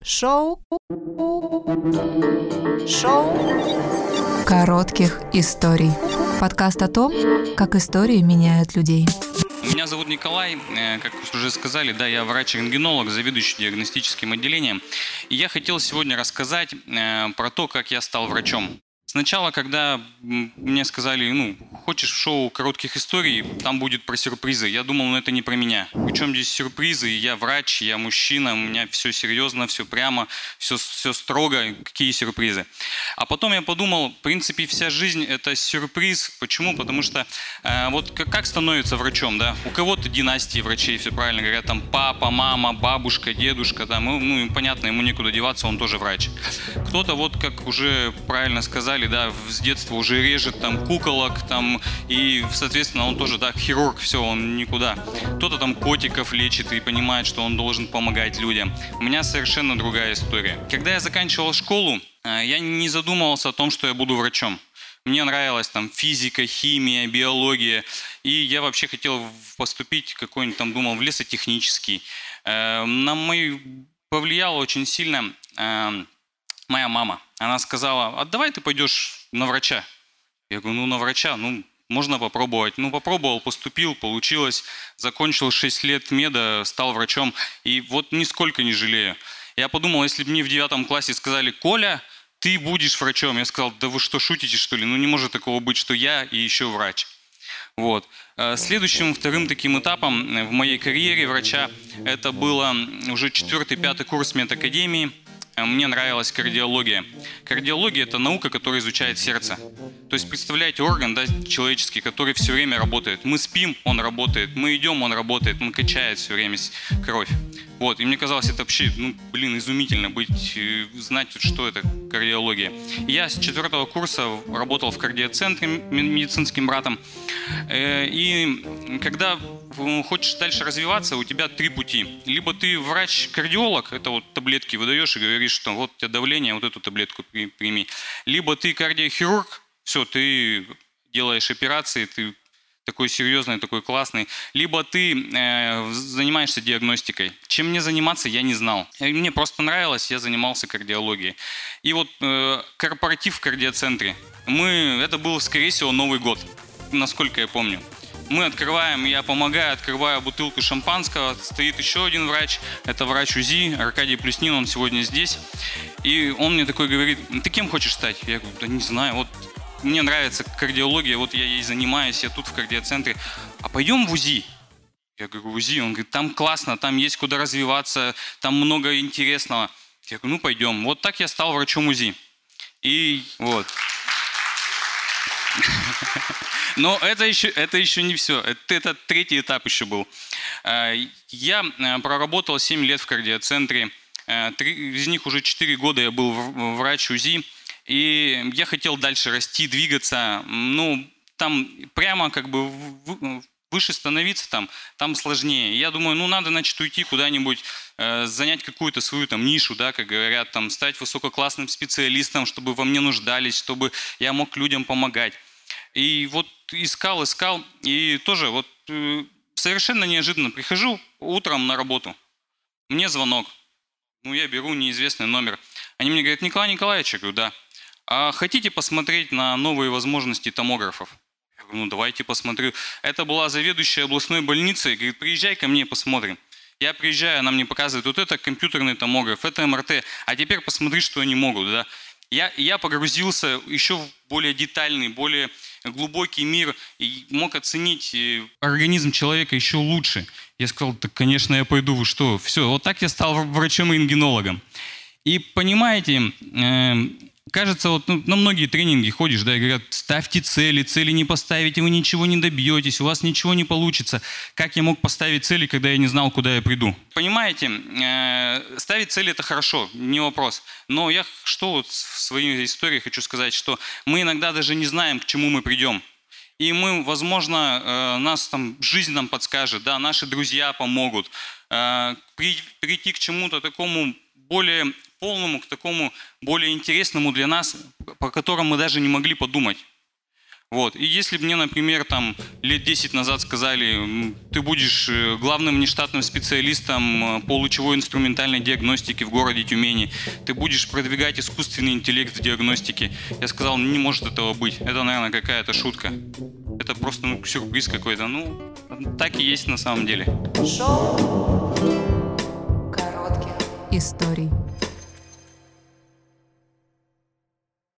Шоу коротких историй. Подкаст о том, как истории меняют людей. Меня зовут Николай, как уже сказали, да, я врач-рентгенолог, заведующий диагностическим отделением. И я хотел сегодня рассказать про то, как я стал врачом. Сначала, когда мне сказали, хочешь в шоу коротких историй, там будет про сюрпризы, я думал, это не про меня. Причем здесь сюрпризы, я врач, я мужчина, у меня все серьезно, все прямо, все строго, какие сюрпризы. А потом я подумал, в принципе, вся жизнь это сюрприз. Почему? Потому что вот как становится врачом, да? У кого-то династии врачей, все правильно говорят, там папа, мама, бабушка, дедушка, там, понятно, ему некуда деваться, он тоже врач. Кто-то, вот как уже правильно сказали, да, с детства уже режет там куколок, там, и, соответственно, он тоже, да, хирург, все, он никуда. Кто-то там котиков лечит и понимает, что он должен помогать людям. У меня совершенно другая история. Когда я заканчивал школу, я не задумывался о том, что я буду врачом. Мне нравилась там физика, химия, биология, и я вообще хотел поступить какой-нибудь там, думал, в лесотехнический. На мою повлияло очень сильно моя мама. Она сказала, давай ты пойдешь на врача. Я говорю, на врача, можно попробовать. Попробовал, поступил, получилось. Закончил 6 лет меда, стал врачом. И вот нисколько не жалею. Я подумал, если бы мне в 9 классе сказали, Коля, ты будешь врачом. Я сказал, да вы что, шутите что ли? Не может такого быть, что я и еще врач. Вот. Следующим, вторым таким этапом в моей карьере врача, это было уже 4-5 курс медакадемии. Мне нравилась кардиология. Кардиология – это наука, которая изучает сердце. То есть, представляете, орган, да, человеческий, который все время работает. Мы спим, он работает. Мы идем, он работает. Он качает все время кровь. Вот. И мне казалось, это вообще, изумительно знать, что это кардиология. И я с 4 курса работал в кардиоцентре медицинским братом. И когда хочешь дальше развиваться, у тебя 3 пути. Либо ты врач-кардиолог, это вот таблетки выдаешь и говоришь, что вот у тебя давление, вот эту таблетку прими. Либо ты кардиохирург, все, ты делаешь операции, ты такой серьезный, такой классный. Либо ты занимаешься диагностикой. Чем мне заниматься, я не знал. Мне просто нравилось, я занимался кардиологией. И вот корпоратив в кардиоцентре. Это был, скорее всего, Новый год, насколько я помню. Мы открываем, я помогаю, открываю бутылку шампанского, стоит еще один врач, это врач УЗИ, Аркадий Плюснин, он сегодня здесь. И он мне такой говорит, ты кем хочешь стать? Я говорю, да не знаю, вот мне нравится кардиология, вот я ей занимаюсь, я тут в кардиоцентре. А пойдем в УЗИ? Я говорю, УЗИ? Он говорит, там классно, там есть куда развиваться, там много интересного. Я говорю, пойдем. Вот так я стал врачом УЗИ. И вот. Но это еще не все. Это 3-й этап еще был. Я проработал 7 лет в кардиоцентре. 3 из них уже 4 года я был врач УЗИ. И я хотел дальше расти, двигаться. Там прямо выше становиться там сложнее. Я думаю, надо, уйти куда-нибудь, занять какую-то свою там нишу, да, как говорят, там, стать высококлассным специалистом, чтобы во мне нуждались, чтобы я мог людям помогать. И вот искал, и тоже вот совершенно неожиданно прихожу утром на работу. Мне звонок. Я беру неизвестный номер. Они мне говорят, Николай Николаевич, я говорю, да. А хотите посмотреть на новые возможности томографов? Я говорю, давайте посмотрю. Это была заведующая областной больницей. Говорит, приезжай ко мне, посмотрим. Я приезжаю, она мне показывает, вот это компьютерный томограф, это МРТ. А теперь посмотри, что они могут, да. Я погрузился еще в более детальный, более глубокий мир и мог оценить организм человека еще лучше. Я сказал, так, конечно, я пойду, вы что? Все, вот так я стал врачом-рентгенологом. И понимаете, кажется, вот на многие тренинги ходишь, да, и говорят, ставьте цели не поставите, вы ничего не добьетесь, у вас ничего не получится. Как я мог поставить цели, когда я не знал, куда я приду? Понимаете, ставить цели – это хорошо, не вопрос. Но я в своей истории хочу сказать, что мы иногда даже не знаем, к чему мы придем. И мы, возможно, нас там жизнь нам подскажет, да, наши друзья помогут прийти к чему-то такому более полному, к такому более интересному для нас, по которому мы даже не могли подумать. Вот. И если бы мне, например, там лет 10 назад сказали, ты будешь главным внештатным специалистом по лучевой инструментальной диагностике в городе Тюмени, ты будешь продвигать искусственный интеллект в диагностике, я сказал, не может этого быть. Это, наверное, какая-то шутка. Это просто сюрприз какой-то. Так и есть на самом деле. Шоу коротких историй.